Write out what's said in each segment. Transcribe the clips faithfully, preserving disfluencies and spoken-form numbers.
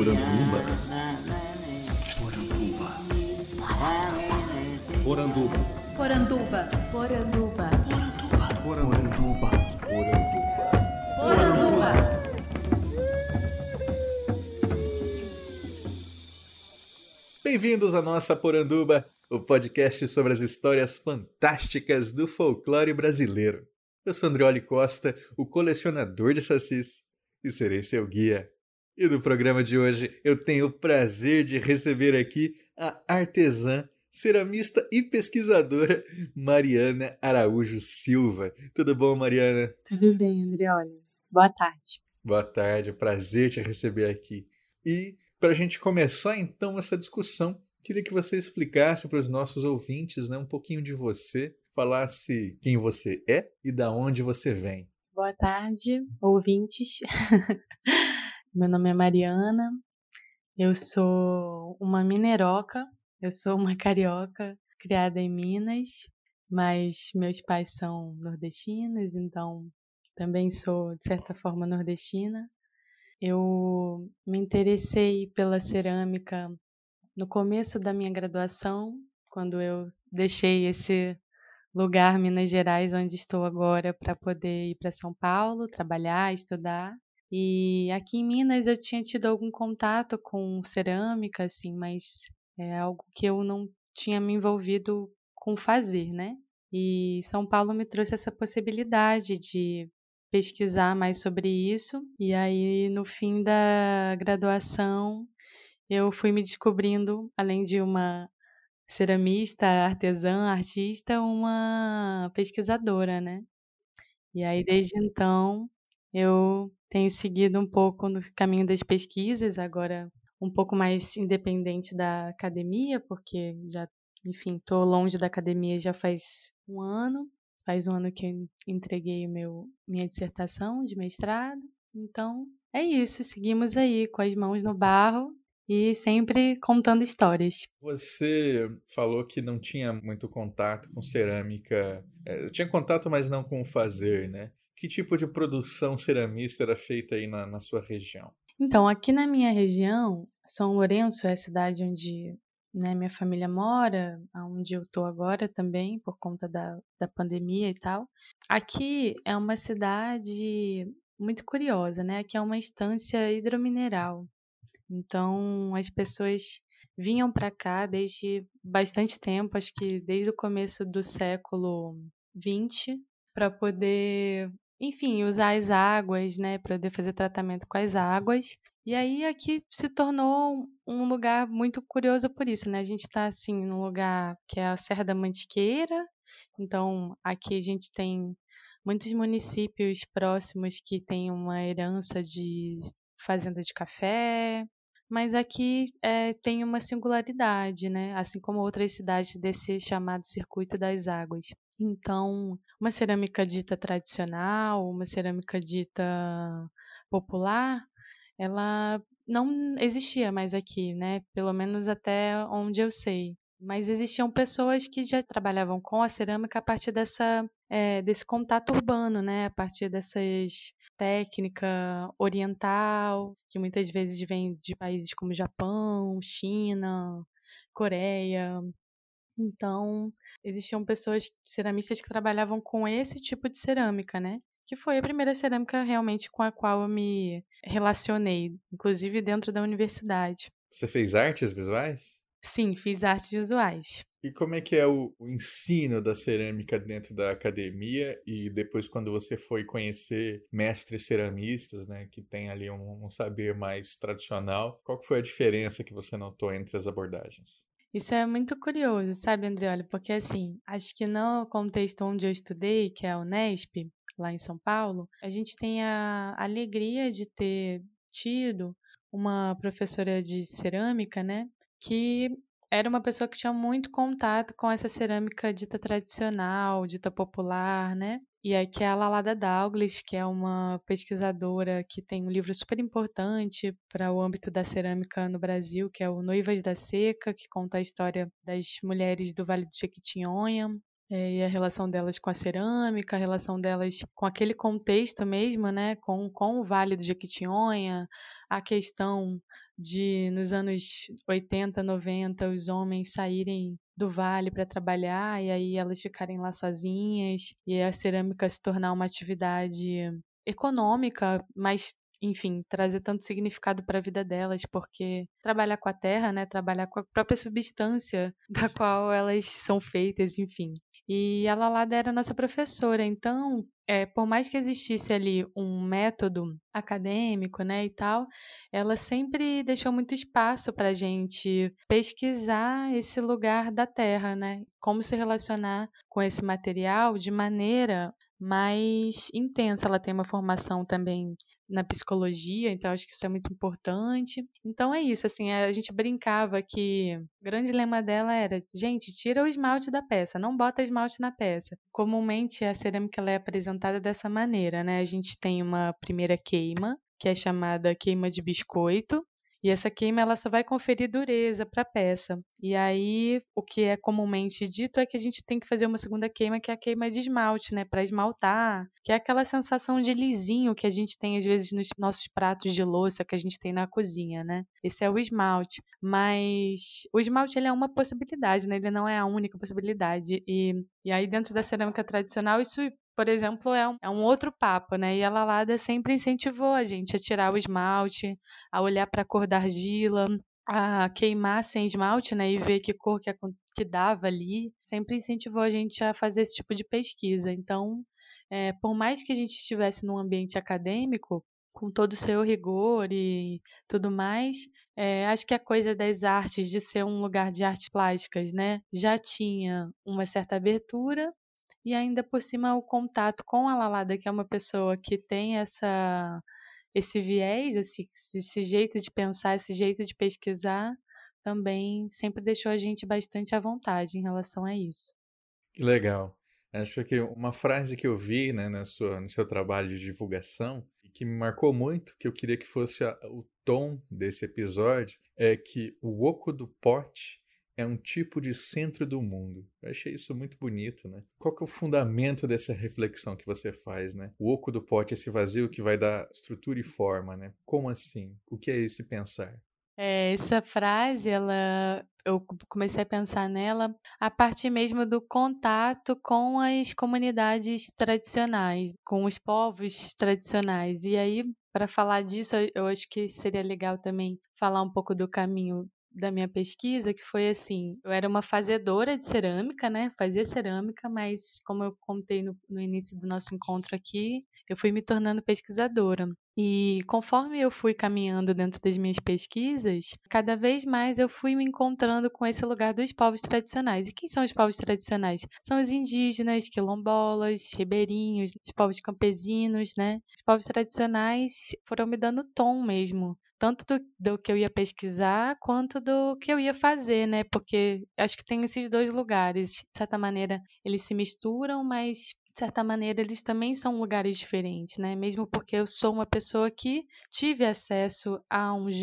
Poranduba. Poranduba. Poranduba. Poranduba. Poranduba. Poranduba. Poranduba. Bem-vindos à nossa Poranduba, o podcast sobre as histórias fantásticas do folclore brasileiro. Eu sou Andrioli Costa, o colecionador de sacis, e serei seu guia. E no programa de hoje eu tenho o prazer de receber aqui a artesã, ceramista e pesquisadora Mariana Araújo Silva. Tudo bom, Mariana? Tudo bem, Andrioli. Boa tarde. Boa tarde, prazer te receber aqui. E para a gente começar então essa discussão, queria que você explicasse para os nossos ouvintes, né, um pouquinho de você, falasse quem você é e da onde você vem. Boa tarde, ouvintes. Meu nome é Mariana, eu sou uma mineroca, eu sou uma carioca criada em Minas, mas meus pais são nordestinos, então também sou, de certa forma, nordestina. Eu me interessei pela cerâmica no começo da minha graduação, quando eu deixei esse lugar, Minas Gerais, onde estou agora, para poder ir para São Paulo, trabalhar, estudar. E aqui em Minas eu tinha tido algum contato com cerâmica, assim, mas é algo que eu não tinha me envolvido com fazer, né? E São Paulo me trouxe essa possibilidade de pesquisar mais sobre isso. E aí, no fim da graduação, eu fui me descobrindo, além de uma ceramista, artesã, artista, uma pesquisadora, né? E aí, desde então, eu tenho seguido um pouco no caminho das pesquisas, agora um pouco mais independente da academia, porque já, enfim, estou longe da academia já faz um ano. Faz um ano que eu entreguei o meu, minha dissertação de mestrado. Então, é isso. Seguimos aí com as mãos no barro e sempre contando histórias. Você falou que não tinha muito contato com cerâmica, é, tinha contato, mas não com o fazer, né? Que tipo de produção ceramista era feita aí na, na sua região? Então, aqui na minha região, São Lourenço é a cidade onde, né, minha família mora, onde eu estou agora também, por conta da, da pandemia e tal. Aqui é uma cidade muito curiosa, né? Aqui é uma estância hidromineral. Então, as pessoas vinham para cá desde bastante tempo, acho que desde o começo do século vinte, para poder, enfim, usar as águas, né, para poder fazer tratamento com as águas. E aí aqui se tornou um lugar muito curioso por isso, né? A gente está assim num lugar que é a Serra da Mantiqueira, então aqui a gente tem muitos municípios próximos que têm uma herança de fazenda de café, mas aqui é, tem uma singularidade, né? Assim como outras cidades desse chamado Circuito das Águas. Então, uma cerâmica dita tradicional, uma cerâmica dita popular, ela não existia mais aqui, né? Pelo menos até onde eu sei. Mas existiam pessoas que já trabalhavam com a cerâmica a partir dessa, é, desse contato urbano, né? A partir dessas técnica oriental, que muitas vezes vem de países como Japão, China, Coreia. Então, existiam pessoas, ceramistas, que trabalhavam com esse tipo de cerâmica, né? Que foi a primeira cerâmica realmente com a qual eu me relacionei, inclusive dentro da universidade. Você fez artes visuais? Sim, fiz artes visuais. E como é que é o, o ensino da cerâmica dentro da academia e depois quando você foi conhecer mestres ceramistas, né, que tem ali um, um saber mais tradicional, qual que foi a diferença que você notou entre as abordagens? Isso é muito curioso, sabe, Andrioli? Porque, assim, acho que no contexto onde eu estudei, que é a Unesp, lá em São Paulo, a gente tem a alegria de ter tido uma professora de cerâmica, né, que era uma pessoa que tinha muito contato com essa cerâmica dita tradicional, dita popular, né? E aqui é a Lalada Douglas, que é uma pesquisadora que tem um livro super importante para o âmbito da cerâmica no Brasil, que é o Noivas da Seca, que conta a história das mulheres do Vale do Jequitinhonha. É, e a relação delas com a cerâmica, a relação delas com aquele contexto mesmo, né, com, com o Vale do Jequitinhonha, a questão de, nos anos oitenta, noventa, os homens saírem do vale para trabalhar e aí elas ficarem lá sozinhas e a cerâmica se tornar uma atividade econômica, mas enfim, trazer tanto significado para a vida delas, porque trabalhar com a terra, né, trabalhar com a própria substância da qual elas são feitas, enfim. E a Lalada era nossa professora, então, é, por mais que existisse ali um método acadêmico, né, e tal, ela sempre deixou muito espaço para a gente pesquisar esse lugar da terra, né, como se relacionar com esse material de maneira mais intensa. Ela tem uma formação também na psicologia, então acho que isso é muito importante. Então é isso, assim, a gente brincava que o grande lema dela era, gente, tira o esmalte da peça, não bota esmalte na peça. Comumente a cerâmica ela é apresentada dessa maneira, né? A gente tem uma primeira queima, que é chamada queima de biscoito, e essa queima ela só vai conferir dureza para a peça. E aí o que é comumente dito é que a gente tem que fazer uma segunda queima, que é a queima de esmalte, né, para esmaltar, que é aquela sensação de lisinho que a gente tem às vezes nos nossos pratos de louça que a gente tem na cozinha, né? Esse é o esmalte. Mas o esmalte ele é uma possibilidade, né? Ele não é a única possibilidade. E, e aí dentro da cerâmica tradicional isso, por exemplo, é um, é um outro papo, né? E a Lalada sempre incentivou a gente a tirar o esmalte, a olhar para a cor da argila, a queimar sem esmalte, né? E ver que cor que, que dava ali. Sempre incentivou a gente a fazer esse tipo de pesquisa. Então, é, por mais que a gente estivesse num ambiente acadêmico, com todo o seu rigor e tudo mais, é, acho que a coisa das artes, de ser um lugar de artes plásticas, né? Já tinha uma certa abertura e ainda por cima o contato com a Lalada, que é uma pessoa que tem essa, esse viés, esse, esse jeito de pensar, esse jeito de pesquisar, também sempre deixou a gente bastante à vontade em relação a isso. Que legal. Acho que uma frase que eu vi, né, na sua, no seu trabalho de divulgação, e que me marcou muito, que eu queria que fosse a, o tom desse episódio, é que o oco do pote é um tipo de centro do mundo. Eu achei isso muito bonito, né? Qual que é o fundamento dessa reflexão que você faz, né? O oco do pote é esse vazio que vai dar estrutura e forma, né? Como assim? O que é esse pensar? É, essa frase, ela, eu comecei a pensar nela a partir mesmo do contato com as comunidades tradicionais, com os povos tradicionais. E aí, para falar disso, eu eu acho que seria legal também falar um pouco do caminho da minha pesquisa, que foi assim, eu era uma fazedora de cerâmica, né? Fazia cerâmica, mas como eu contei no, no início do nosso encontro aqui, eu fui me tornando pesquisadora. E conforme eu fui caminhando dentro das minhas pesquisas, cada vez mais eu fui me encontrando com esse lugar dos povos tradicionais. E quem são os povos tradicionais? São os indígenas, quilombolas, ribeirinhos, os povos campesinos, né? Os povos tradicionais foram me dando tom mesmo, tanto do, do que eu ia pesquisar quanto do que eu ia fazer, né? Porque acho que tem esses dois lugares. De certa maneira, eles se misturam, mas de certa maneira, eles também são lugares diferentes, né? Mesmo porque eu sou uma pessoa que tive acesso a um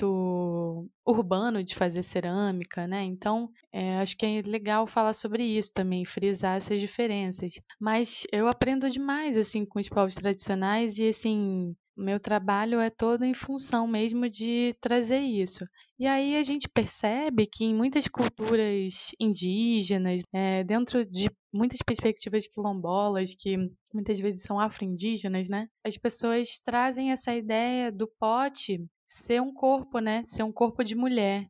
jeito urbano de fazer cerâmica, né? Então, é, acho que é legal falar sobre isso também, frisar essas diferenças. Mas eu aprendo demais, assim, com os povos tradicionais e, assim, o meu trabalho é todo em função mesmo de trazer isso. E aí a gente percebe que em muitas culturas indígenas, é, dentro de muitas perspectivas quilombolas, que muitas vezes são afro-indígenas, né? As pessoas trazem essa ideia do pote ser um corpo, né? Ser um corpo de mulher.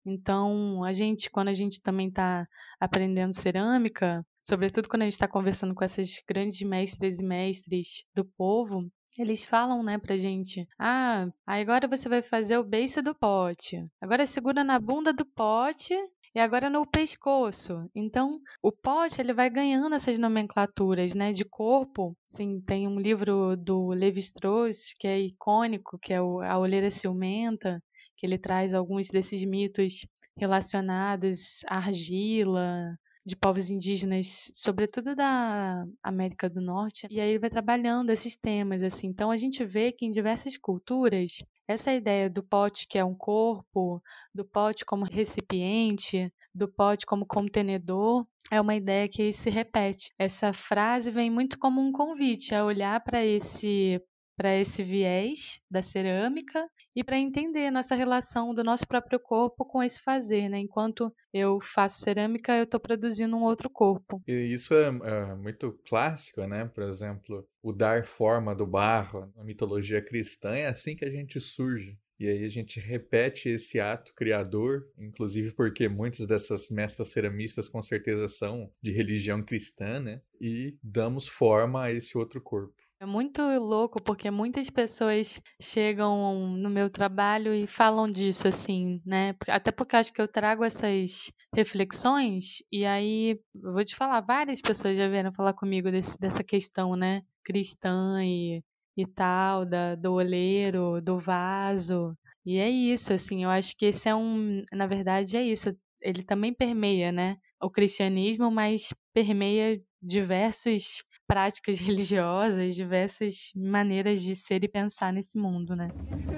Então, a gente, quando a gente também está aprendendo cerâmica, sobretudo quando a gente está conversando com essas grandes mestres e mestres do povo, eles falam, né, pra gente, ah, agora você vai fazer o beiço do pote, agora segura na bunda do pote e agora no pescoço. Então, o pote, ele vai ganhando essas nomenclaturas, né, de corpo. Sim, tem um livro do Levi-Strauss que é icônico, que é o A Olheira Ciumenta, que ele traz alguns desses mitos relacionados à argila, de povos indígenas, sobretudo da América do Norte, e aí ele vai trabalhando esses temas, assim. Então a gente vê que em diversas culturas, essa ideia do pote que é um corpo, do pote como recipiente, do pote como contenedor, é uma ideia que se repete. Essa frase vem muito como um convite a olhar para esse para esse viés da cerâmica e para entender nossa relação do nosso próprio corpo com esse fazer, né? Enquanto eu faço cerâmica, eu estou produzindo um outro corpo. E isso é, é muito clássico, né? Por exemplo, o dar forma do barro na mitologia cristã é assim que a gente surge. E aí a gente repete esse ato criador, inclusive porque muitas dessas mestras ceramistas com certeza são de religião cristã, né? E damos forma a esse outro corpo. É muito louco porque muitas pessoas chegam no meu trabalho e falam disso, assim, né? Até porque acho que eu trago essas reflexões e aí, eu vou te falar, várias pessoas já vieram falar comigo desse, dessa questão, né? Cristã e, e tal, da, do oleiro, do vaso. E é isso, assim, eu acho que esse é um, na verdade é isso, ele também permeia, né? O cristianismo, mas permeia diversos práticas religiosas, diversas maneiras de ser e pensar nesse mundo, né?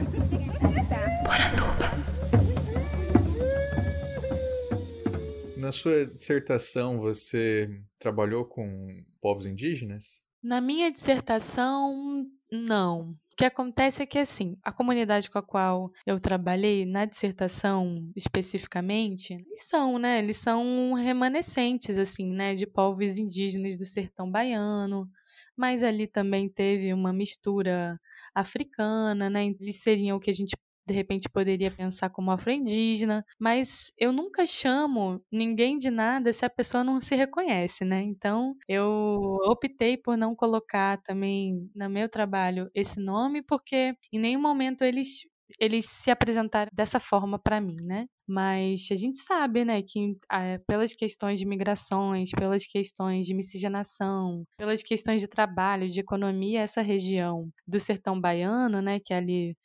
Na sua dissertação, você trabalhou com povos indígenas? Na minha dissertação, não. O que acontece é que, assim, a comunidade com a qual eu trabalhei na dissertação especificamente, eles são, né? Eles são remanescentes, assim, né? De povos indígenas do sertão baiano, mas ali também teve uma mistura africana, né? Eles seriam o que a gente de repente poderia pensar como afro-indígena, mas eu nunca chamo ninguém de nada se a pessoa não se reconhece, né? Então, eu optei por não colocar também no meu trabalho esse nome, porque em nenhum momento eles eles se apresentaram dessa forma para mim, né? Mas a gente sabe, né, que é, pelas questões de migrações, pelas questões de miscigenação, pelas questões de trabalho, de economia, essa região do sertão baiano, né, que é ali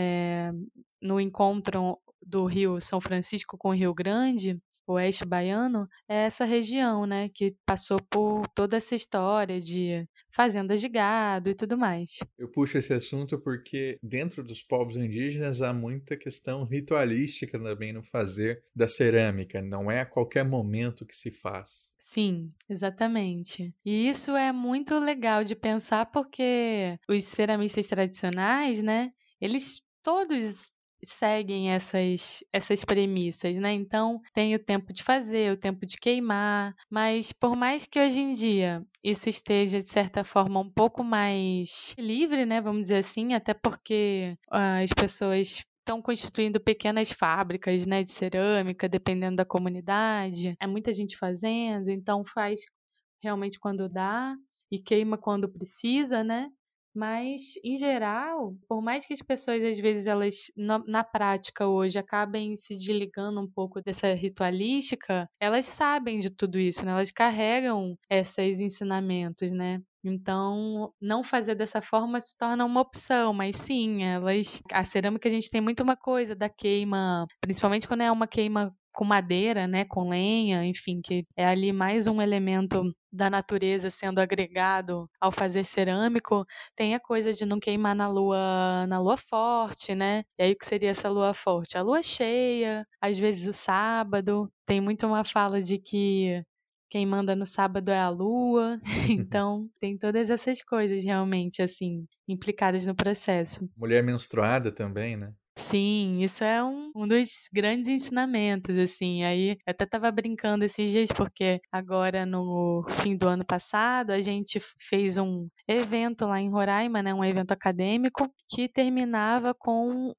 é, no encontro do Rio São Francisco com o Rio Grande, o oeste baiano, é essa região, né, que passou por toda essa história de fazendas de gado e tudo mais. Eu puxo esse assunto porque dentro dos povos indígenas há muita questão ritualística também no fazer da cerâmica, não é a qualquer momento que se faz. Sim, exatamente. E isso é muito legal de pensar porque os ceramistas tradicionais, né, eles todos seguem essas, essas premissas, né? Então, tem o tempo de fazer, o tempo de queimar, mas por mais que hoje em dia isso esteja, de certa forma, um pouco mais livre, né? Vamos dizer assim, até porque ah, as pessoas estão constituindo pequenas fábricas, né, de cerâmica, dependendo da comunidade. É muita gente fazendo, então faz realmente quando dá e queima quando precisa, né? Mas, em geral, por mais que as pessoas, às vezes, elas, na, na prática hoje, acabem se desligando um pouco dessa ritualística, elas sabem de tudo isso, né? Elas carregam esses ensinamentos, né? Então, não fazer dessa forma se torna uma opção, mas sim, elas. A cerâmica a gente tem muito uma coisa da queima, principalmente quando é uma queima com madeira, né, com lenha, enfim, que é ali mais um elemento da natureza sendo agregado ao fazer cerâmico, tem a coisa de não queimar na lua, na lua forte, né? E aí o que seria essa lua forte? A lua cheia, às vezes o sábado. Tem muito uma fala de que quem manda no sábado é a lua. Então, tem todas essas coisas realmente assim implicadas no processo. Mulher menstruada também, né? Sim, isso é um, um dos grandes ensinamentos, assim. Aí, eu até estava brincando esses dias, porque agora, no fim do ano passado, a gente fez um evento lá em Roraima, né, um evento acadêmico, que terminava com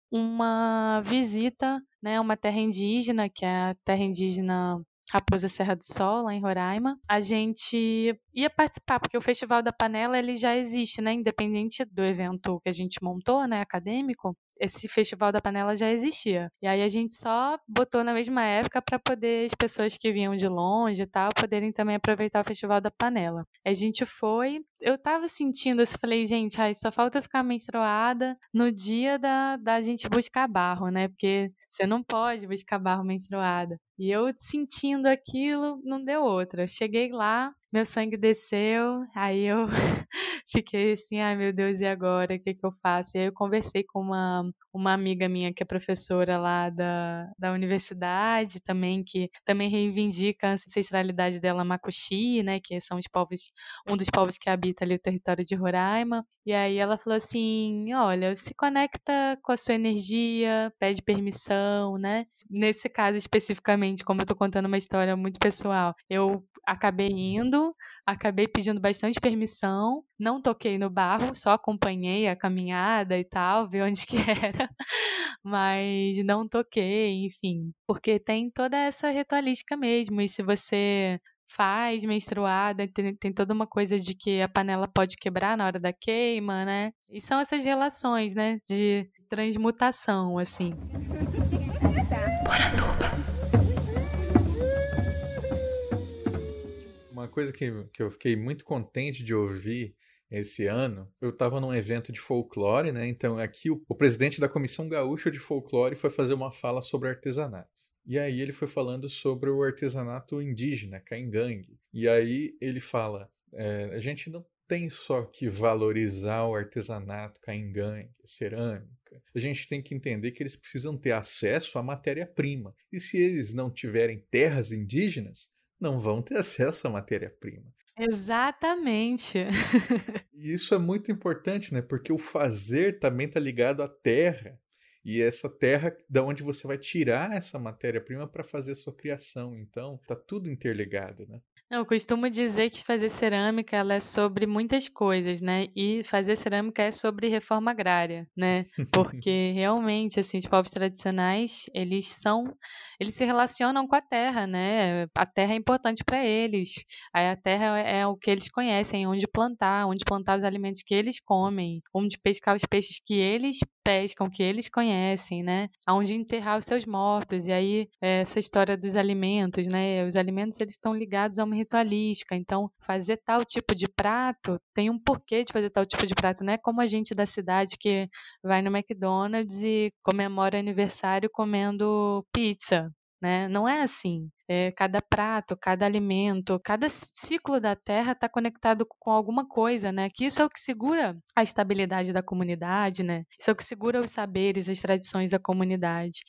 uma visita, né, a uma terra indígena, que é a terra indígena Raposa Serra do Sol, lá em Roraima. A gente ia participar, porque o Festival da Panela ele já existe, né? Independente do evento que a gente montou, né, acadêmico, esse Festival da Panela já existia. E aí a gente só botou na mesma época para poder as pessoas que vinham de longe e tal poderem também aproveitar o Festival da Panela. A gente foi, eu tava sentindo assim, falei, gente, ai, só falta eu ficar menstruada no dia da, da gente buscar barro, né? Porque você não pode buscar barro menstruada. E eu sentindo aquilo, não deu outra. Eu cheguei lá, meu sangue desceu, aí eu fiquei assim, ai meu Deus, e agora? O que que eu faço? E aí eu conversei com uma, uma amiga minha que é professora lá da, da universidade também, que também reivindica a ancestralidade dela Macuxi, né, que são os povos, um dos povos que habita ali o território de Roraima. E aí ela falou assim, olha, se conecta com a sua energia, pede permissão, né? Nesse caso especificamente, como eu tô contando uma história muito pessoal, eu acabei indo, acabei pedindo bastante permissão, não toquei no barro, só acompanhei a caminhada e tal, vi onde que era, mas não toquei, enfim, porque tem toda essa ritualística mesmo, e se você faz menstruada, tem, tem toda uma coisa de que a panela pode quebrar na hora da queima, né? E são essas relações, né, de transmutação, assim. Uma coisa que, que eu fiquei muito contente de ouvir esse ano, eu estava num evento de folclore, né? Então aqui o, o presidente da Comissão Gaúcha de Folclore foi fazer uma fala sobre artesanato. E aí ele foi falando sobre o artesanato indígena, caingangue. E aí ele fala, é, a gente não tem só que valorizar o artesanato caingangue, cerâmica. A gente tem que entender que eles precisam ter acesso à matéria-prima. E se eles não tiverem terras indígenas, não vão ter acesso à matéria-prima. Exatamente. E isso é muito importante, né? Porque o fazer também está ligado à terra. E essa terra da onde você vai tirar essa matéria-prima para fazer a sua criação. Então, tá tudo interligado, né? Eu costumo dizer que fazer cerâmica ela é sobre muitas coisas, né? E fazer cerâmica é sobre reforma agrária, né? Porque realmente, assim, os povos tradicionais, eles são, eles se relacionam com a terra, né? A terra é importante para eles. Aí a terra é o que eles conhecem, onde plantar, onde plantar os alimentos que eles comem, onde pescar os peixes que eles pescam, que eles conhecem, né? Aonde enterrar os seus mortos. E aí, essa história dos alimentos, né? Os alimentos, eles estão ligados a uma ritualística, então fazer tal tipo de prato tem um porquê de fazer tal tipo de prato, não é como a gente da cidade que vai no McDonald's e comemora aniversário comendo pizza, né? Não é assim. É, cada prato, cada alimento, cada ciclo da terra está conectado com alguma coisa, né? Que isso é o que segura a estabilidade da comunidade, né? Isso é o que segura os saberes, as tradições da comunidade.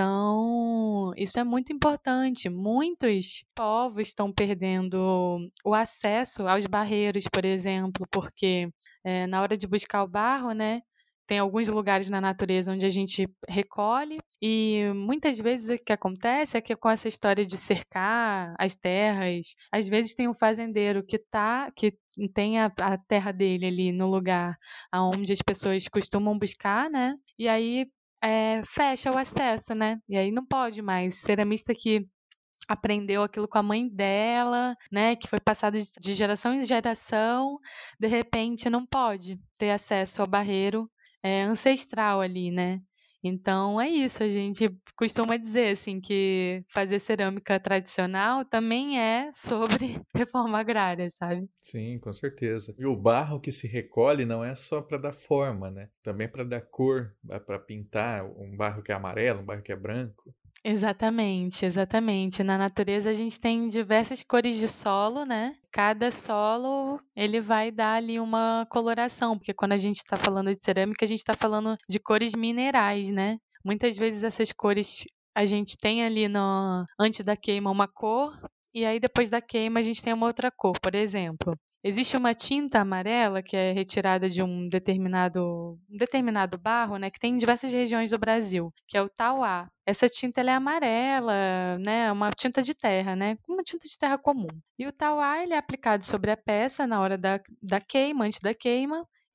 Então, isso é muito importante. Muitos povos estão perdendo o acesso aos barreiros, por exemplo, porque é, na hora de buscar o barro, né? Tem alguns lugares na natureza onde a gente recolhe e muitas vezes o que acontece é que com essa história de cercar as terras, às vezes tem um fazendeiro que tá, que tem a, a terra dele ali no lugar onde as pessoas costumam buscar, né? E aí é, fecha o acesso, né? E aí não pode mais. O ceramista que aprendeu aquilo com a mãe dela, né, que foi passado de geração em geração, de repente não pode ter acesso ao barreiro é, ancestral ali, né? Então é isso, a gente costuma dizer assim que fazer cerâmica tradicional também é sobre reforma agrária, sabe? Sim, com certeza. E o barro que se recolhe não é só para dar forma, né? Também para dar cor, para pintar um barro que é amarelo, um barro que é branco. Exatamente, exatamente. Na natureza a gente tem diversas cores de solo, né? Cada solo ele vai dar ali uma coloração, porque quando a gente está falando de cerâmica, a gente está falando de cores minerais, né? Muitas vezes essas cores a gente tem ali no antes da queima uma cor e aí depois da queima a gente tem uma outra cor, por exemplo. Existe uma tinta amarela que é retirada de um determinado, um determinado barro, né, que tem em diversas regiões do Brasil, que é o tauá. Essa tinta ela é amarela, né, é uma tinta de terra, né, uma tinta de terra comum. E o tauá ele é aplicado sobre a peça na hora da, da queima, antes da queima,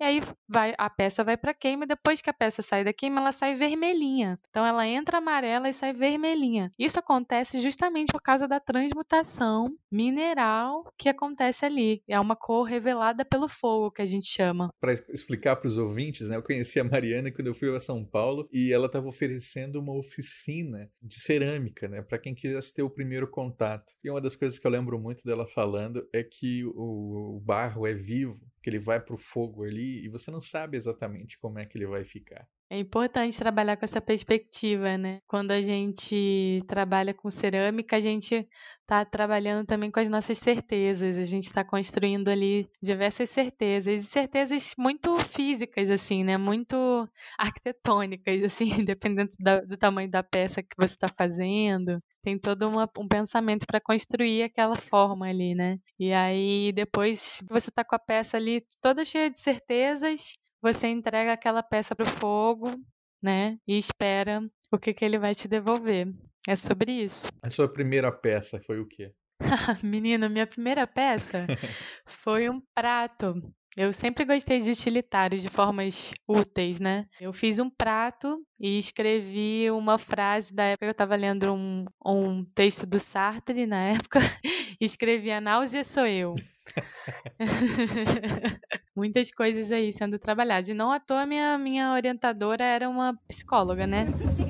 e aí vai, a peça vai para queima, e depois que a peça sai da queima, ela sai vermelhinha. Então ela entra amarela e sai vermelhinha. Isso acontece justamente por causa da transmutação mineral que acontece ali. É uma cor revelada pelo fogo, que a gente chama. Para explicar para os ouvintes, né, eu conheci a Mariana quando eu fui a São Paulo e ela estava oferecendo uma oficina de cerâmica, né, para quem quisesse ter o primeiro contato. E uma das coisas que eu lembro muito dela falando é que o, o barro é vivo, que ele vai pro fogo ali e você não sabe exatamente como é que ele vai ficar. É importante trabalhar com essa perspectiva, né? Quando a gente trabalha com cerâmica, a gente está trabalhando também com as nossas certezas. A gente está construindo ali diversas certezas, e certezas muito físicas, assim, né? Muito arquitetônicas, assim, dependendo da, do tamanho da peça que você está fazendo. Tem todo uma, um pensamento para construir aquela forma ali, né? E aí, depois que você está com a peça ali toda cheia de certezas, você entrega aquela peça para o fogo, né? E espera o que, que ele vai te devolver. É sobre isso. A sua primeira peça foi o quê? Menina, minha primeira peça foi um prato. Eu sempre gostei de utilitários, de formas úteis, né? Eu fiz um prato e escrevi uma frase da época. Eu estava lendo um, um texto do Sartre na época. Escrevi: a náusea sou eu. Muitas coisas aí sendo trabalhadas. E não à toa minha, minha orientadora era uma psicóloga, né?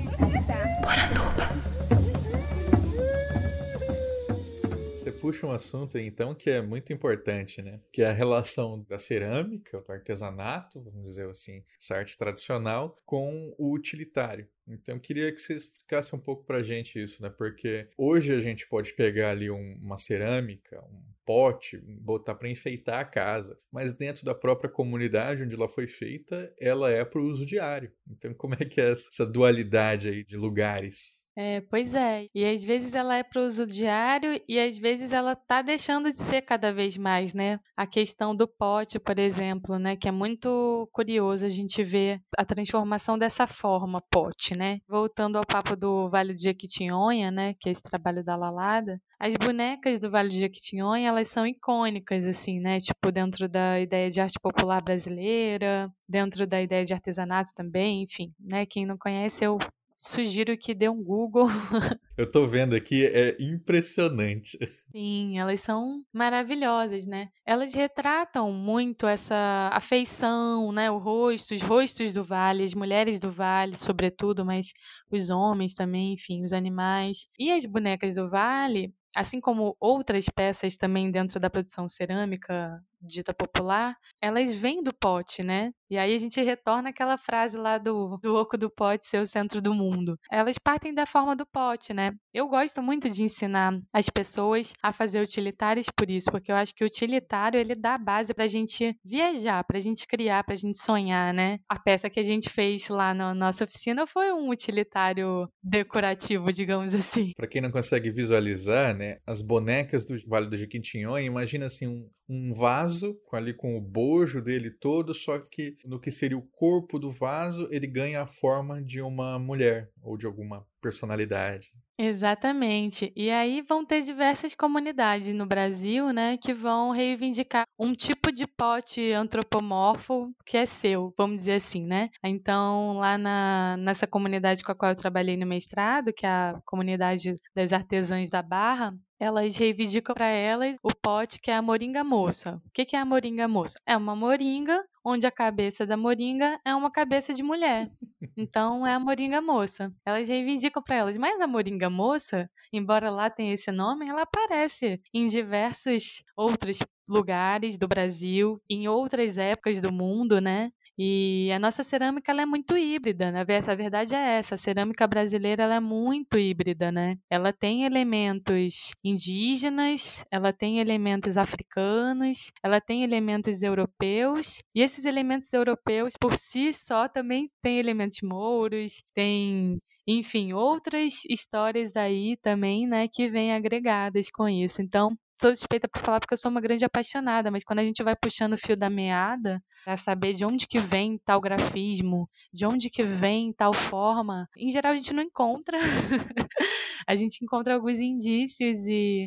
Você puxa um assunto aí, então, que é muito importante, né? Que é a relação da cerâmica, do artesanato, vamos dizer assim, essa arte tradicional, com o utilitário. Então, eu queria que você explicasse um pouco pra gente isso, né? Porque hoje a gente pode pegar ali um, uma cerâmica, um pote, botar para enfeitar a casa, mas dentro da própria comunidade onde ela foi feita, ela é para o uso diário. Então, como é que é essa dualidade aí de lugares? É, pois é. E às vezes ela é para uso diário e às vezes ela tá deixando de ser cada vez mais, né? A questão do pote, por exemplo, né? Que é muito curioso a gente ver a transformação dessa forma, pote, né? Voltando ao papo do Vale do Jequitinhonha, né? Que é esse trabalho da Lalada. As bonecas do Vale do Jequitinhonha, elas são icônicas, assim, né? Tipo, dentro da ideia de arte popular brasileira, dentro da ideia de artesanato também, enfim, né? Quem não conhece, eu sugiro que dê um Google. Eu tô vendo aqui, é impressionante. Sim, elas são maravilhosas, né? Elas retratam muito essa afeição, né? O rosto, os rostos do vale, as mulheres do vale, sobretudo, mas os homens também, enfim, os animais. E as bonecas do vale, assim como outras peças também dentro da produção cerâmica dita popular, elas vêm do pote, né? E aí a gente retorna àquela frase lá do, do oco do pote ser o centro do mundo. Elas partem da forma do pote, né? Eu gosto muito de ensinar as pessoas a fazer utilitários por isso, porque eu acho que o utilitário, ele dá a base pra gente viajar, pra gente criar, pra gente sonhar, né? A peça que a gente fez lá na nossa oficina foi um utilitário decorativo, digamos assim. Para quem não consegue visualizar, né, as bonecas do Vale do Jequitinhonha, imagina assim um, um vaso com ali com o bojo dele todo, só que no que seria o corpo do vaso, ele ganha a forma de uma mulher ou de alguma personalidade. Exatamente. E aí vão ter diversas comunidades no Brasil, né, que vão reivindicar um tipo de pote antropomorfo que é seu, vamos dizer assim, né? Então, lá na, nessa comunidade com a qual eu trabalhei no mestrado, que é a comunidade das artesãs da Barra, elas reivindicam para elas o pote que é a moringa moça. O que é a moringa moça? É uma moringa onde a cabeça da moringa é uma cabeça de mulher. Então é a moringa moça. Elas reivindicam para elas, mas a moringa moça, embora lá tenha esse nome, ela aparece em diversos outros lugares do Brasil, em outras épocas do mundo, né? E a nossa cerâmica ela é muito híbrida, né? A verdade é essa, a cerâmica brasileira ela é muito híbrida, né? Ela tem elementos indígenas, ela tem elementos africanos, ela tem elementos europeus, e esses elementos europeus por si só também têm elementos mouros, tem, enfim, outras histórias aí também, né, que vêm agregadas com isso. Então, sou suspeita para falar porque eu sou uma grande apaixonada, mas quando a gente vai puxando o fio da meada para saber de onde que vem tal grafismo, de onde que vem tal forma, em geral a gente não encontra. A gente encontra alguns indícios e,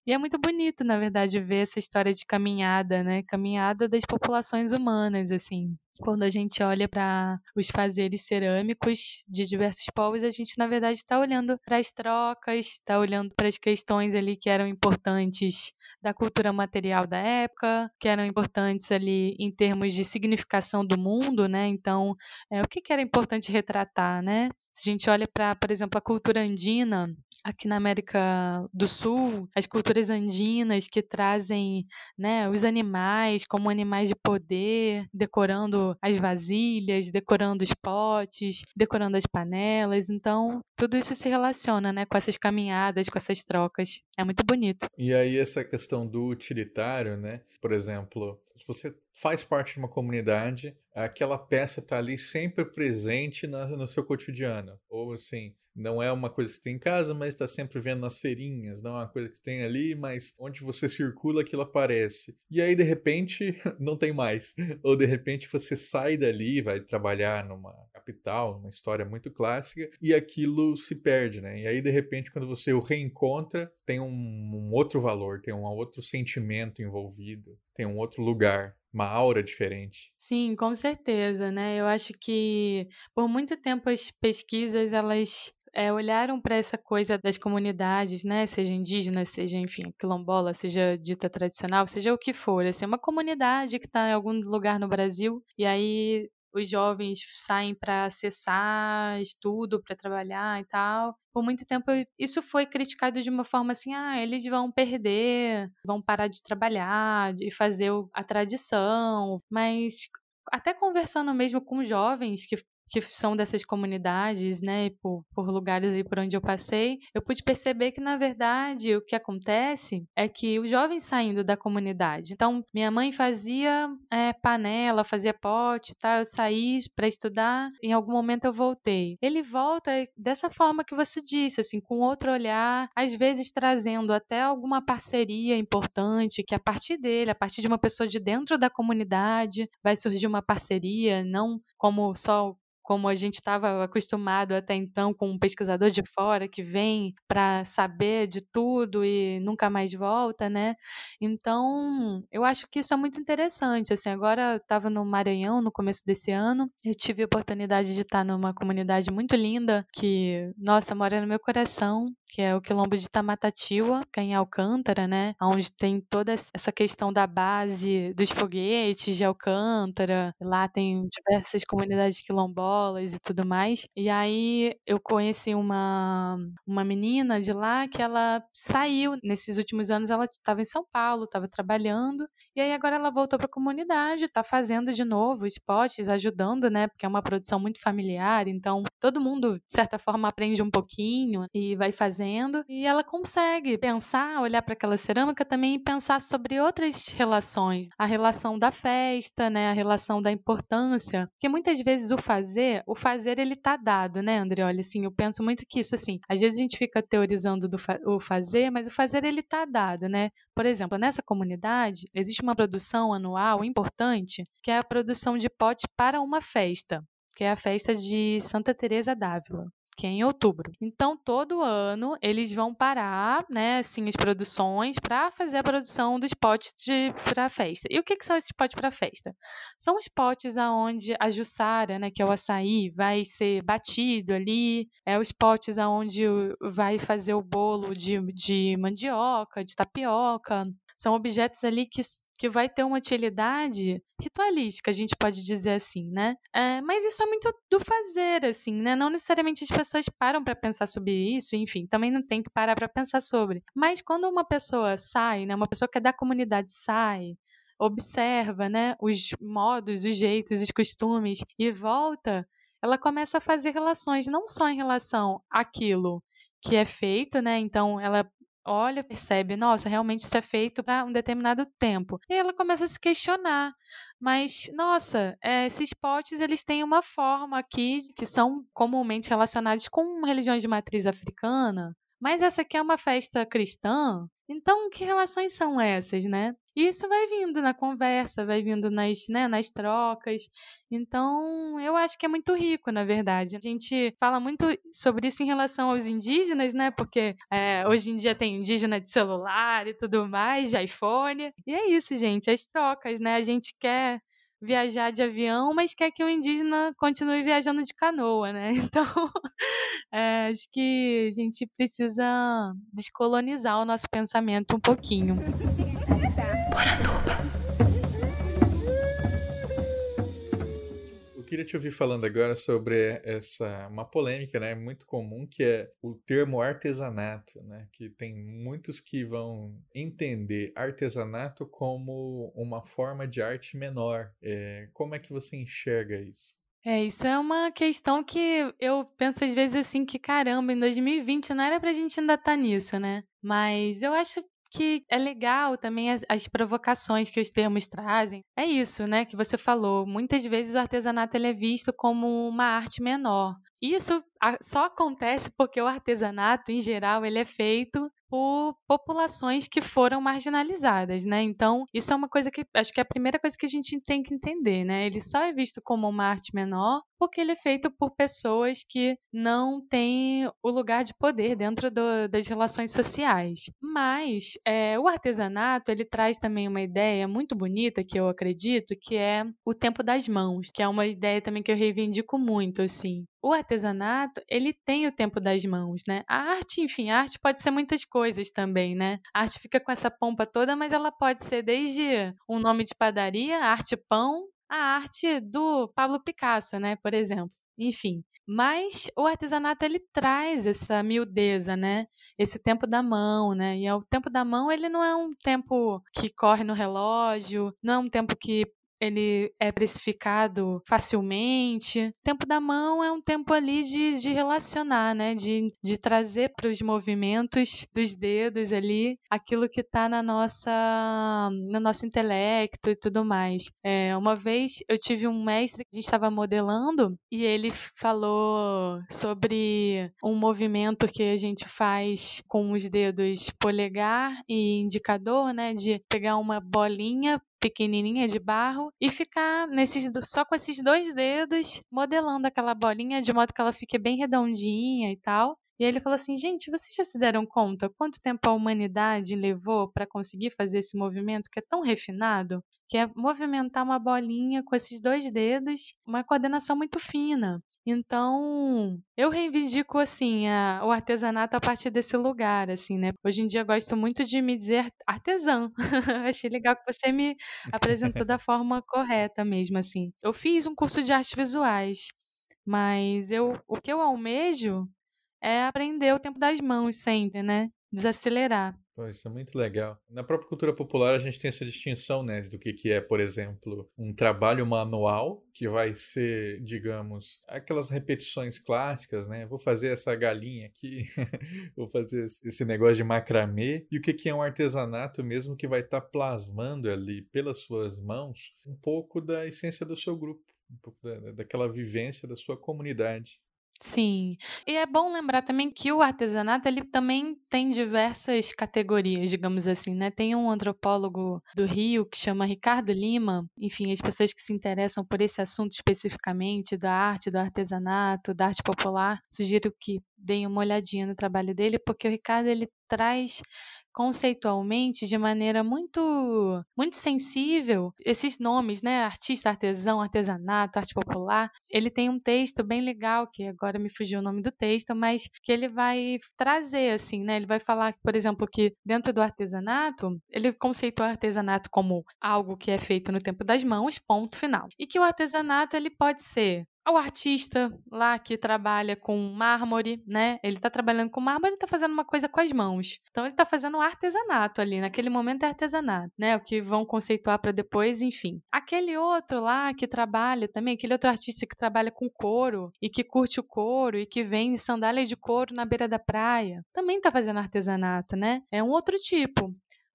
E é muito bonito, na verdade, ver essa história de caminhada, né? Caminhada das populações humanas, assim. Quando a gente olha para os fazeres cerâmicos de diversos povos, a gente, na verdade, está olhando para as trocas, está olhando para as questões ali que eram importantes da cultura material da época, que eram importantes ali em termos de significação do mundo, né? Então, é, o que, que era importante retratar, né? Se a gente olha para, por exemplo, a cultura andina, aqui na América do Sul, as culturas andinas que trazem, né, os animais como animais de poder, decorando as vasilhas, decorando os potes, decorando as panelas. Então, tudo isso se relaciona, né, com essas caminhadas, com essas trocas. É muito bonito. E aí essa questão do utilitário, né? Por exemplo, se você faz parte de uma comunidade, aquela peça está ali sempre presente na, no seu cotidiano. Ou assim, não é uma coisa que você tem em casa, mas está sempre vendo nas feirinhas. Não é uma coisa que tem ali, mas onde você circula aquilo aparece. E aí, de repente, não tem mais. Ou de repente você sai dali, vai trabalhar numa capital, numa história muito clássica, e aquilo se perde, né? E aí, de repente, quando você o reencontra, tem um, um outro valor, tem um outro sentimento envolvido, tem um outro lugar, uma aura diferente. Sim, com certeza, né? Eu acho que por muito tempo as pesquisas, elas é, olharam para essa coisa das comunidades, né? Seja indígena, seja, enfim, quilombola, seja dita tradicional, seja o que for. Assim, uma comunidade que está em algum lugar no Brasil, e aí os jovens saem para acessar estudo, para trabalhar e tal. Por muito tempo isso foi criticado de uma forma assim, ah, eles vão perder, vão parar de trabalhar e fazer a tradição. Mas até conversando mesmo com jovens que que são dessas comunidades, né, por, por lugares aí por onde eu passei, eu pude perceber que, na verdade, o que acontece é que os jovens saindo da comunidade. Então, minha mãe fazia é, panela, fazia pote, tá? Eu saí para estudar, em algum momento eu voltei. Ele volta dessa forma que você disse, assim, com outro olhar, às vezes trazendo até alguma parceria importante, que a partir dele, a partir de uma pessoa de dentro da comunidade, vai surgir uma parceria, não como só como a gente estava acostumado até então com um pesquisador de fora que vem para saber de tudo e nunca mais volta, né? Então, eu acho que isso é muito interessante. Assim, agora eu estava no Maranhão no começo desse ano, eu tive a oportunidade de estar numa comunidade muito linda que, nossa, mora no meu coração, que é o Quilombo de Tamatatiwa, que é em Alcântara, né? Onde tem toda essa questão da base dos foguetes de Alcântara. Lá tem diversas comunidades quilombolas e tudo mais. E aí eu conheci uma, uma menina de lá que ela saiu, nesses últimos anos ela estava em São Paulo, estava trabalhando, e aí agora ela voltou para a comunidade, está fazendo de novo os potes, ajudando, né, porque é uma produção muito familiar, então todo mundo, de certa forma, aprende um pouquinho e vai fazendo, e ela consegue pensar, olhar para aquela cerâmica também e pensar sobre outras relações, a relação da festa, né, a relação da importância, porque muitas vezes o fazer o fazer ele tá dado, né, André? Olha, assim, eu penso muito que isso, assim, às vezes a gente fica teorizando do fa- o fazer, mas o fazer ele tá dado, né? Por exemplo, nessa comunidade existe uma produção anual importante, que é a produção de pote para uma festa, que é a festa de Santa Teresa d'Ávila, que é em outubro. Então, todo ano eles vão parar, né, assim, as produções para fazer a produção dos potes para a festa. E o que, que são esses potes para a festa? São os potes aonde a juçara, né, que é o açaí, vai ser batido ali, é os potes aonde vai fazer o bolo de, de mandioca, de tapioca. São objetos ali que, que vai ter uma utilidade ritualística, a gente pode dizer assim, né? É, mas isso é muito do fazer, assim, né? Não necessariamente as pessoas param para pensar sobre isso, enfim, também não tem que parar para pensar sobre. Mas quando uma pessoa sai, né? Uma pessoa que é da comunidade sai, observa, né? Os modos, os jeitos, os costumes e volta, ela começa a fazer relações, não só em relação àquilo que é feito, né? Então ela olha, percebe, nossa, realmente isso é feito para um determinado tempo. E ela começa a se questionar, mas, nossa, é, esses potes, eles têm uma forma aqui que são comumente relacionados com religiões de matriz africana, mas essa aqui é uma festa cristã, então que relações são essas, né? E isso vai vindo na conversa, vai vindo nas, né, nas trocas. Então, eu acho que é muito rico, na verdade. A gente fala muito sobre isso em relação aos indígenas, né? Porque é, hoje em dia tem indígena de celular e tudo mais, de iPhone. E é isso, gente, as trocas, né? A gente quer viajar de avião, mas quer que o indígena continue viajando de canoa, né? Então, é, acho que a gente precisa descolonizar o nosso pensamento um pouquinho. Eu queria te ouvir falando agora sobre essa uma polêmica, né, muito comum, que é o termo artesanato, né, que tem muitos que vão entender artesanato como uma forma de arte menor. É, como é que você enxerga isso? É, isso é uma questão que eu penso às vezes assim que caramba, em dois mil e vinte não era pra gente ainda estar nisso, né? Mas eu acho que é legal também as, as provocações que os termos trazem. É isso, né, que você falou. Muitas vezes o artesanato ele é visto como uma arte menor. Isso a- só acontece porque o artesanato, em geral, ele é feito por populações que foram marginalizadas, né? Então, isso é uma coisa que acho que é a primeira coisa que a gente tem que entender, né? Ele só é visto como uma arte menor porque ele é feito por pessoas que não têm o lugar de poder dentro do- das relações sociais. Mas é, o artesanato ele traz também uma ideia muito bonita que eu acredito, que é o tempo das mãos, que é uma ideia também que eu reivindico muito, assim. O artesanato, ele tem o tempo das mãos, né? A arte, enfim, a arte pode ser muitas coisas também, né? A arte fica com essa pompa toda, mas ela pode ser desde um nome de padaria, arte pão, a arte do Pablo Picasso, né, por exemplo. Enfim, mas o artesanato ele traz essa miudeza, né? Esse tempo da mão, né? E é o tempo da mão, ele não é um tempo que corre no relógio, não é um tempo que ele é precificado facilmente. O tempo da mão é um tempo ali de, de relacionar, né? De, de trazer para os movimentos dos dedos ali aquilo que está na nossa, no nosso intelecto e tudo mais. É, uma vez eu tive um mestre que a gente estava modelando e ele falou sobre um movimento que a gente faz com os dedos polegar e indicador, né? De pegar uma bolinha pequenininha de barro e ficar nesses só com esses dois dedos modelando aquela bolinha de modo que ela fique bem redondinha e tal. E aí ele falou assim, gente, vocês já se deram conta quanto tempo a humanidade levou para conseguir fazer esse movimento que é tão refinado, que é movimentar uma bolinha com esses dois dedos, uma coordenação muito fina. Então, eu reivindico assim a, o artesanato a partir desse lugar, assim, né? Hoje em dia eu gosto muito de me dizer artesã. Achei legal que você me apresentou da forma correta mesmo, assim. Eu fiz um curso de artes visuais, mas eu, o que eu almejo é aprender o tempo das mãos sempre, né? Desacelerar. Pô, isso é muito legal. Na própria cultura popular, a gente tem essa distinção, né, do que, que é, por exemplo, um trabalho manual, que vai ser, digamos, aquelas repetições clássicas, né? Vou fazer essa galinha aqui, vou fazer esse negócio de macramê. E o que, que é um artesanato mesmo, que vai estar plasmando ali, pelas suas mãos, um pouco da essência do seu grupo, um pouco da, daquela vivência da sua comunidade. Sim. E é bom lembrar também que o artesanato ele também tem diversas categorias, digamos assim, né? Tem um antropólogo do Rio que chama Ricardo Lima. Enfim, as pessoas que se interessam por esse assunto especificamente da arte, do artesanato, da arte popular, sugiro que deem uma olhadinha no trabalho dele, porque o Ricardo ele traz conceitualmente de maneira muito muito sensível esses nomes, né? Artista, artesão, artesanato, arte popular. Ele tem um texto bem legal que agora me fugiu o nome do texto, mas que ele vai trazer assim, né? Ele vai falar, por exemplo, que dentro do artesanato, ele conceitua o artesanato como algo que é feito no tempo das mãos, ponto final. E que o artesanato ele pode ser o artista lá que trabalha com mármore, né? Ele está trabalhando com mármore, ele está fazendo uma coisa com as mãos. Então ele está fazendo um artesanato ali, naquele momento é artesanato, né? O que vão conceituar para depois, enfim. Aquele outro lá que trabalha também, aquele outro artista que trabalha com couro e que curte o couro e que vende sandálias de couro na beira da praia, também está fazendo artesanato, né? É um outro tipo.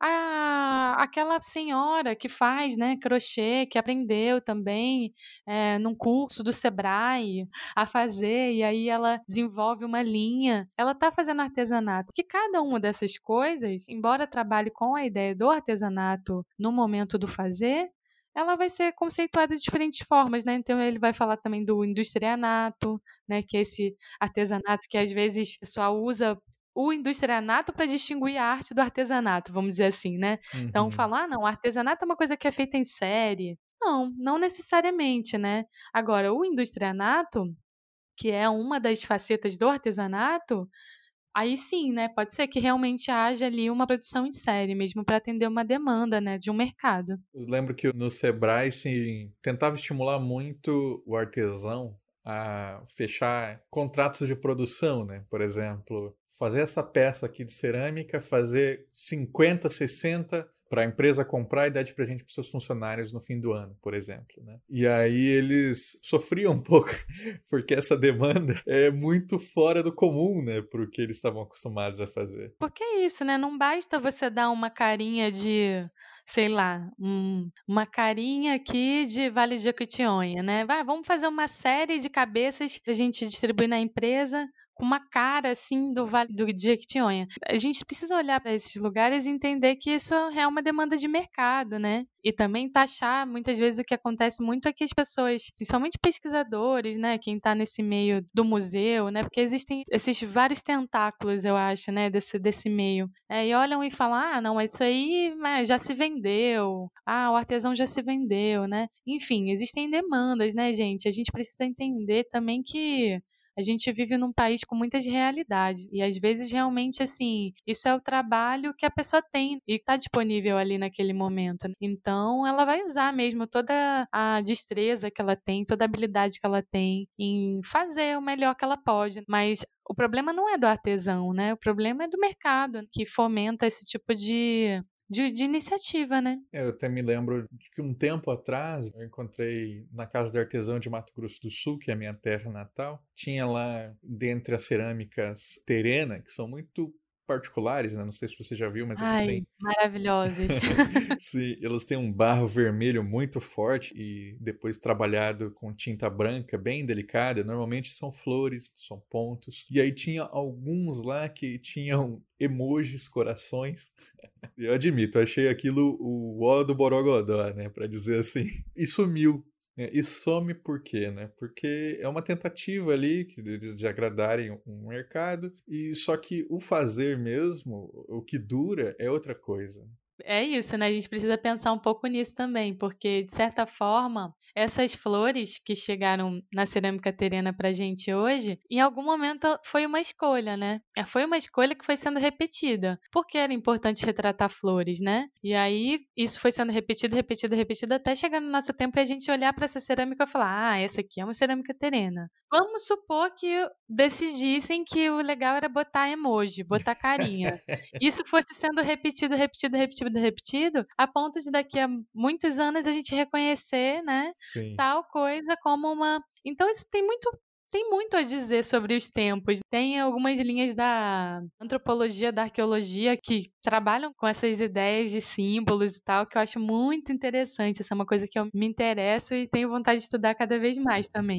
a, aquela senhora que faz, né, crochê, que aprendeu também é, num curso do Sebrae a fazer, e aí ela desenvolve uma linha, ela está fazendo artesanato. Que cada uma dessas coisas, embora trabalhe com a ideia do artesanato no momento do fazer, ela vai ser conceituada de diferentes formas, né? Então ele vai falar também do industrianato, né? Que é esse artesanato que às vezes o pessoal usa o industrianato para distinguir a arte do artesanato, vamos dizer assim, né? Uhum. Então falar, ah, não, o artesanato é uma coisa que é feita em série. Não, não necessariamente, né? Agora, o industrianato, que é uma das facetas do artesanato, aí sim, né? Pode ser que realmente haja ali uma produção em série, mesmo para atender uma demanda, né, de um mercado. Eu lembro que no Sebrae se tentava estimular muito o artesão a fechar contratos de produção, né? Por exemplo, fazer essa peça aqui de cerâmica, fazer cinquenta, sessenta para a empresa comprar e dar de presente para os seus funcionários no fim do ano, por exemplo, né? E aí eles sofriam um pouco, porque essa demanda é muito fora do comum, né? Para o que eles estavam acostumados a fazer. Porque é isso, né? Não basta você dar uma carinha de, sei lá, um, uma carinha aqui de Vale de Jequitinhonha, né? Vai, vamos fazer uma série de cabeças pra gente distribuir na empresa com uma cara assim do Vale do Jequitinhonha. A gente precisa olhar para esses lugares e entender que isso é uma demanda de mercado, né? E também taxar, muitas vezes o que acontece muito é que as pessoas, principalmente pesquisadores, né, quem está nesse meio do museu, né, porque existem esses vários tentáculos, eu acho, né, desse, desse meio, é, e olham e falam, ah, não, isso aí mas já se vendeu, ah, o artesão já se vendeu, né? Enfim, existem demandas, né, gente? A gente precisa entender também que a gente vive num país com muitas realidades e às vezes realmente assim, isso é o trabalho que a pessoa tem e está disponível ali naquele momento. Então, ela vai usar mesmo toda a destreza que ela tem, toda a habilidade que ela tem em fazer o melhor que ela pode. Mas o problema não é do artesão, né? O problema é do mercado que fomenta esse tipo de De, de iniciativa, né? Eu até me lembro de que um tempo atrás eu encontrei na Casa do Artesão de Mato Grosso do Sul, que é a minha terra natal, tinha lá, dentre as cerâmicas terena, que são muito particulares, né? Não sei se você já viu, mas eles Ai, têm... maravilhosas. Sim, eles têm um barro vermelho muito forte e depois trabalhado com tinta branca, bem delicada. Normalmente são flores, são pontos. E aí tinha alguns lá que tinham emojis, corações. Eu admito, eu achei aquilo o ó do Borogodó, né? Pra dizer assim. E sumiu. Né? E some por quê, né? Porque é uma tentativa ali que eles de agradarem um mercado, e só que o fazer mesmo, o que dura, é outra coisa. É isso, né? A gente precisa pensar um pouco nisso também, porque, de certa forma, essas flores que chegaram na cerâmica terena pra gente hoje, em algum momento foi uma escolha, né? Foi uma escolha que foi sendo repetida, porque era importante retratar flores, né? E aí isso foi sendo repetido, repetido, repetido, até chegar no nosso tempo e a gente olhar para essa cerâmica e falar: ah, essa aqui é uma cerâmica terena. Vamos supor que decidissem que o legal era botar emoji, botar carinha. Isso fosse sendo repetido, repetido, repetido, repetido, a ponto de daqui a muitos anos a gente reconhecer, né, Sim. tal coisa como uma... Então isso tem muito tem muito a dizer sobre os tempos. Tem algumas linhas da antropologia, da arqueologia que trabalham com essas ideias de símbolos e tal, que eu acho muito interessante. Essa é uma coisa que eu me interesso e tenho vontade de estudar cada vez mais também.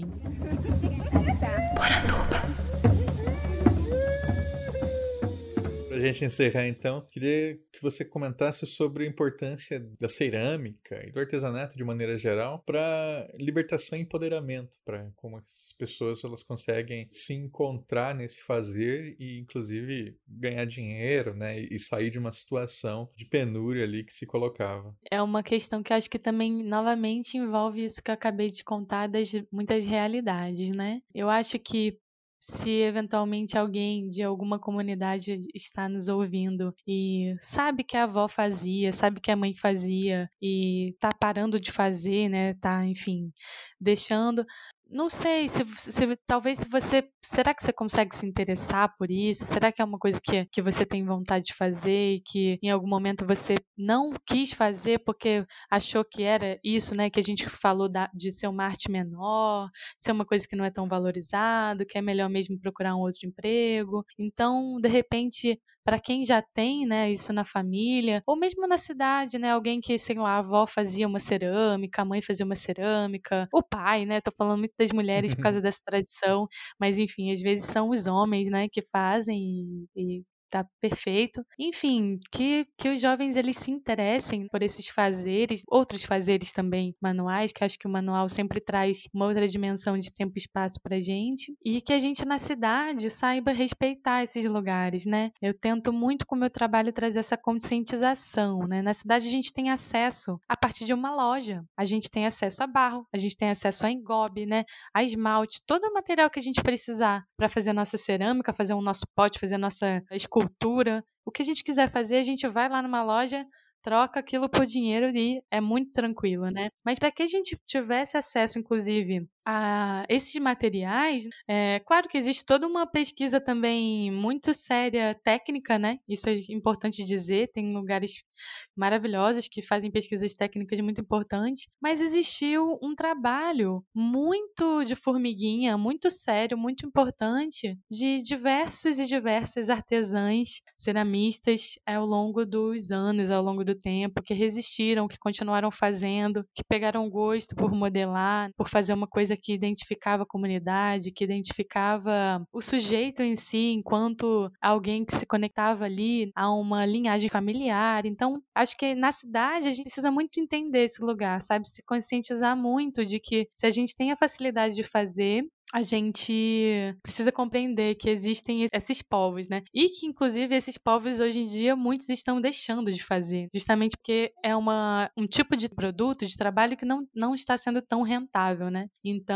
Pra gente encerrar então, queria que você comentasse sobre a importância da cerâmica e do artesanato de maneira geral para libertação e empoderamento, para como as pessoas elas conseguem se encontrar nesse fazer e inclusive ganhar dinheiro, né, e sair de uma situação de penúria ali que se colocava. É uma questão que eu acho que também novamente envolve isso que eu acabei de contar das muitas realidades, né? Eu acho que se eventualmente alguém de alguma comunidade está nos ouvindo e sabe que a avó fazia, sabe que a mãe fazia e tá parando de fazer, né? Tá, enfim, deixando. não sei, se, se talvez se você, será que você consegue se interessar por isso? Será que é uma coisa que, que você tem vontade de fazer e que em algum momento você não quis fazer porque achou que era isso, né, que a gente falou da, de ser uma arte menor, ser uma coisa que não é tão valorizado, que é melhor mesmo procurar um outro emprego. Então, de repente, para quem já tem, né, isso na família, ou mesmo na cidade, né, alguém que, sei lá, a avó fazia uma cerâmica, a mãe fazia uma cerâmica, o pai, né, tô falando muito das mulheres por causa dessa tradição, mas enfim, às vezes são os homens, né, que fazem e, e tá perfeito. Enfim, que, que os jovens eles se interessem por esses fazeres, outros fazeres também manuais, que acho que o manual sempre traz uma outra dimensão de tempo e espaço pra gente, e que a gente na cidade saiba respeitar esses lugares, né? Eu tento muito com o meu trabalho trazer essa conscientização, né? Na cidade a gente tem acesso a partir de uma loja, a gente tem acesso a barro, a gente tem acesso a engobe, né? A esmalte, todo o material que a gente precisar para fazer a nossa cerâmica, fazer o nosso pote, fazer a nossa escultura, o que a gente quiser fazer, a gente vai lá numa loja, troca aquilo por dinheiro e é muito tranquilo, né? Mas para que a gente tivesse acesso, inclusive, a esses materiais, é claro que existe toda uma pesquisa também muito séria, técnica, né? Isso é importante dizer, tem lugares maravilhosos que fazem pesquisas técnicas muito importantes, mas existiu um trabalho muito de formiguinha, muito sério, muito importante, de diversos e diversas artesãs, ceramistas, ao longo dos anos, ao longo do tempo, que resistiram, que continuaram fazendo, que pegaram gosto por modelar, por fazer uma coisa que identificava a comunidade, que identificava o sujeito em si enquanto alguém que se conectava ali a uma linhagem familiar. Então, acho que na cidade a gente precisa muito entender esse lugar, sabe? Se conscientizar muito de que se a gente tem a facilidade de fazer, a gente precisa compreender que existem esses povos, né? E que, inclusive, esses povos, hoje em dia, muitos estão deixando de fazer, justamente porque é uma, um tipo de produto, de trabalho que não, não está sendo tão rentável, né?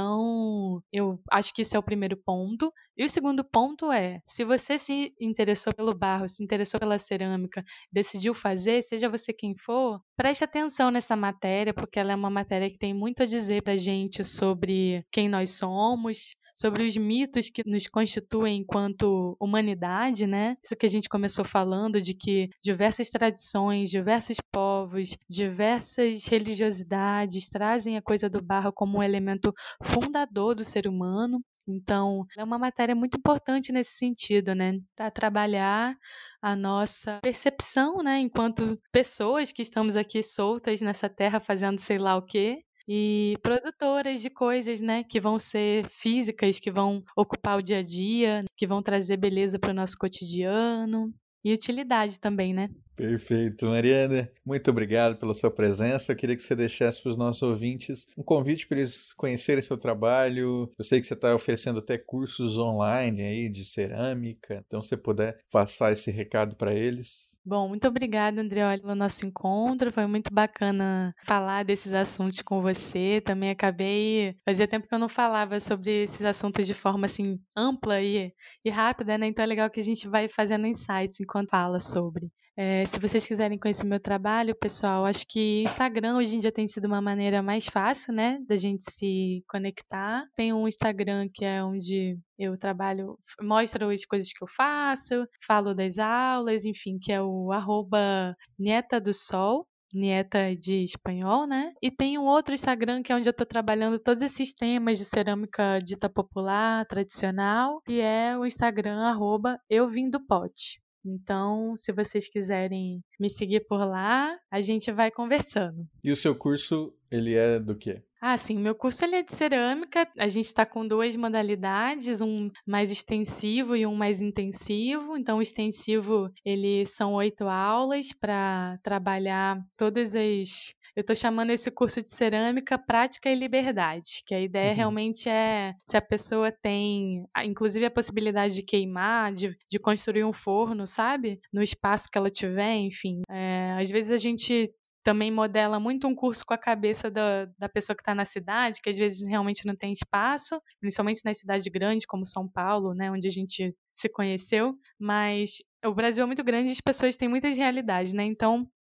Então, eu acho que isso é o primeiro ponto. E o segundo ponto é, se você se interessou pelo barro, se interessou pela cerâmica, decidiu fazer, seja você quem for, preste atenção nessa matéria, porque ela é uma matéria que tem muito a dizer pra gente sobre quem nós somos, sobre os mitos que nos constituem enquanto humanidade, né? Isso que a gente começou falando, de que diversas tradições, diversos povos, diversas religiosidades trazem a coisa do barro como um elemento fundador do ser humano. Então, é uma matéria muito importante nesse sentido, né? Para trabalhar a nossa percepção, né? Enquanto pessoas que estamos aqui soltas nessa terra fazendo sei lá o quê, e produtoras de coisas, né, que vão ser físicas, que vão ocupar o dia a dia, que vão trazer beleza para o nosso cotidiano e utilidade também, né? Perfeito, Mariana. Muito obrigado pela sua presença. Eu queria que você deixasse para os nossos ouvintes um convite para eles conhecerem seu trabalho. Eu sei que você está oferecendo até cursos online aí de cerâmica, então se você puder passar esse recado para eles. Bom, muito obrigada, Andreoli, pelo nosso encontro. Foi muito bacana falar desses assuntos com você. Também acabei... Fazia tempo que eu não falava sobre esses assuntos de forma, assim, ampla e, e rápida, né? Então é legal que a gente vai fazendo insights enquanto fala sobre. É, se vocês quiserem conhecer meu trabalho, pessoal, acho que o Instagram hoje em dia tem sido uma maneira mais fácil, né, da gente se conectar. Tem um Instagram que é onde eu trabalho, mostro as coisas que eu faço, falo das aulas, enfim, que é o arroba Nieta do Sol. Nieta de espanhol, né? E tem um outro Instagram que é onde eu tô trabalhando todos esses temas de cerâmica dita popular, tradicional, que é o Instagram arroba Eu Vim do Pote. Então, se vocês quiserem me seguir por lá, a gente vai conversando. E o seu curso, ele é do quê? Ah, sim, meu curso ele é de cerâmica. A gente está com duas modalidades, um mais extensivo e um mais intensivo. Então, o extensivo, ele são oito aulas para trabalhar todas as... Eu estou chamando esse curso de cerâmica prática e liberdade, que a ideia realmente é se a pessoa tem, inclusive, a possibilidade de queimar, de, de construir um forno, sabe? No espaço que ela tiver, enfim. É, às vezes a gente também modela muito um curso com a cabeça da, da pessoa que está na cidade, que às vezes realmente não tem espaço, principalmente nas cidades grandes como São Paulo, né, onde a gente se conheceu, mas o Brasil é muito grande e as pessoas têm muitas realidades, né, então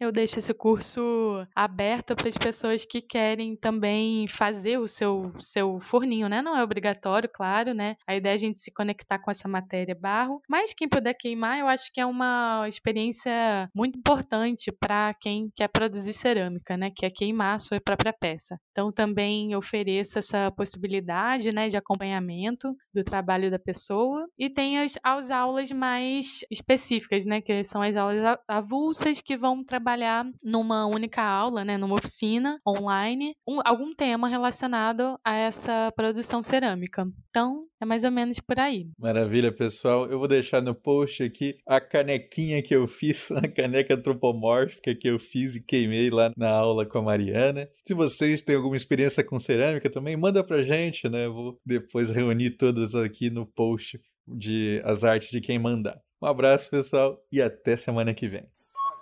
eu deixo esse curso aberto para as pessoas que querem também fazer o seu, seu forninho, né? Não é obrigatório, claro, né? A ideia é a gente se conectar com essa matéria barro, mas quem puder queimar, eu acho que é uma experiência muito importante para quem quer produzir cerâmica, né? Que é queimar a sua própria peça. Então, também ofereço essa possibilidade, né, de acompanhamento do trabalho da pessoa e tem as, as aulas mais específicas, né? Que são as aulas avulsas que vão trabalhar numa única aula, né, numa oficina online, um, algum tema relacionado a essa produção cerâmica. Então, é mais ou menos por aí. Maravilha, pessoal. Eu vou deixar no post aqui a canequinha que eu fiz, a caneca antropomórfica que eu fiz e queimei lá na aula com a Mariana. Se vocês têm alguma experiência com cerâmica também, manda pra gente, né? Eu vou depois reunir todas aqui no post de as artes de quem mandar. Um abraço, pessoal, e até semana que vem.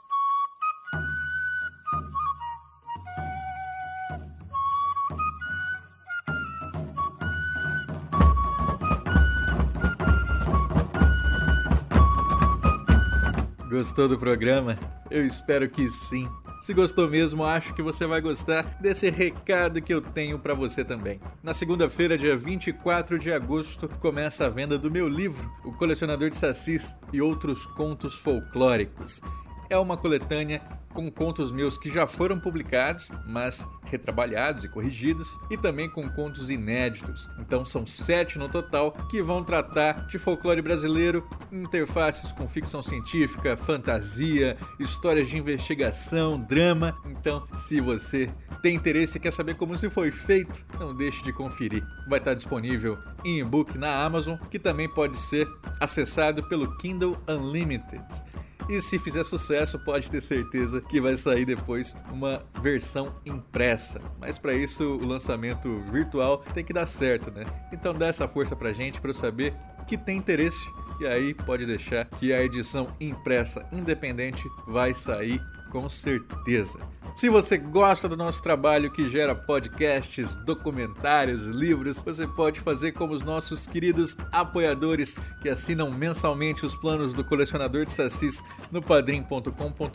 Gostou do programa? Eu espero que sim. Se gostou mesmo, acho que você vai gostar desse recado que eu tenho para você também. Na segunda-feira, dia vinte e quatro de agosto, começa a venda do meu livro, O Colecionador de Sacis e Outros Contos Folclóricos. É uma coletânea com contos meus que já foram publicados, mas retrabalhados e corrigidos, e também com contos inéditos. Então são sete no total que vão tratar de folclore brasileiro, interfaces com ficção científica, fantasia, histórias de investigação, drama. Então, se você tem interesse e quer saber como isso foi feito, não deixe de conferir. Vai estar disponível em e-book na Amazon, que também pode ser acessado pelo Kindle Unlimited. E se fizer sucesso, pode ter certeza que vai sair depois uma versão impressa. Mas para isso, o lançamento virtual tem que dar certo, né? Então dá essa força pra gente, para eu saber que tem interesse. E aí pode deixar que a edição impressa independente vai sair com certeza. Se você gosta do nosso trabalho que gera podcasts, documentários, livros, você pode fazer como os nossos queridos apoiadores que assinam mensalmente os planos do Colecionador de Sacis no padrim.com.br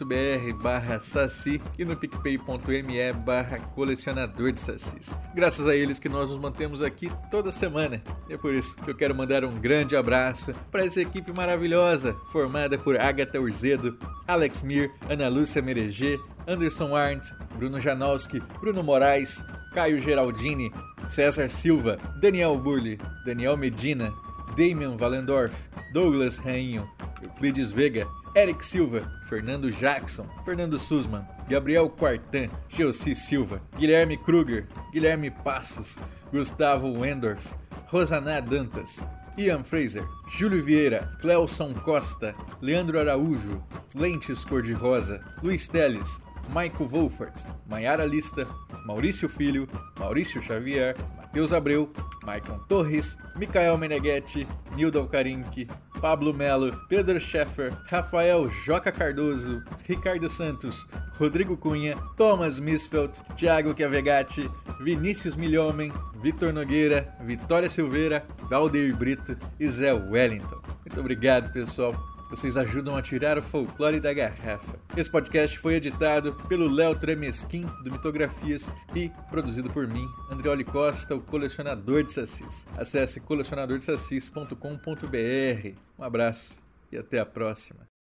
barra saci e no picpay.me barra colecionador de sacis. Graças a eles que nós nos mantemos aqui toda semana. É por isso que eu quero mandar um grande abraço para essa equipe maravilhosa, formada por Agatha Urzedo, Alex Mir, Ana Lúcia Mereger, Anderson Arndt, Bruno Janowski, Bruno Moraes, Caio Geraldini, César Silva, Daniel Burli, Daniel Medina, Damian Valendorf, Douglas Rainho, Euclides Vega, Eric Silva, Fernando Jackson, Fernando Sussman, Gabriel Quartan, Geossi Silva, Guilherme Kruger, Guilherme Passos, Gustavo Wendorf, Rosaná Dantas, Ian Fraser, Júlio Vieira, Clelson Costa, Leandro Araújo, Lentes Cor-de-Rosa, Luiz Teles, Maico Wolfert, Maiara Lista, Maurício Filho, Maurício Xavier, Matheus Abreu, Maicon Torres, Micael Meneghetti, Nildo Alcarinque, Pablo Melo, Pedro Scheffer, Rafael Joca Cardoso, Ricardo Santos, Rodrigo Cunha, Thomas Misfeld, Thiago Chiavegatti, Vinícius Milhomem, Vitor Nogueira, Vitória Silveira, Valdeir Brito e Zé Wellington. Muito obrigado, pessoal. Vocês ajudam a tirar o folclore da garrafa. Esse podcast foi editado pelo Léo Tremesquim, do Mitografias, e produzido por mim, Andrioli Costa, o Colecionador de Sacis. Acesse colecionador de sacis ponto com ponto b r. Um abraço e até a próxima.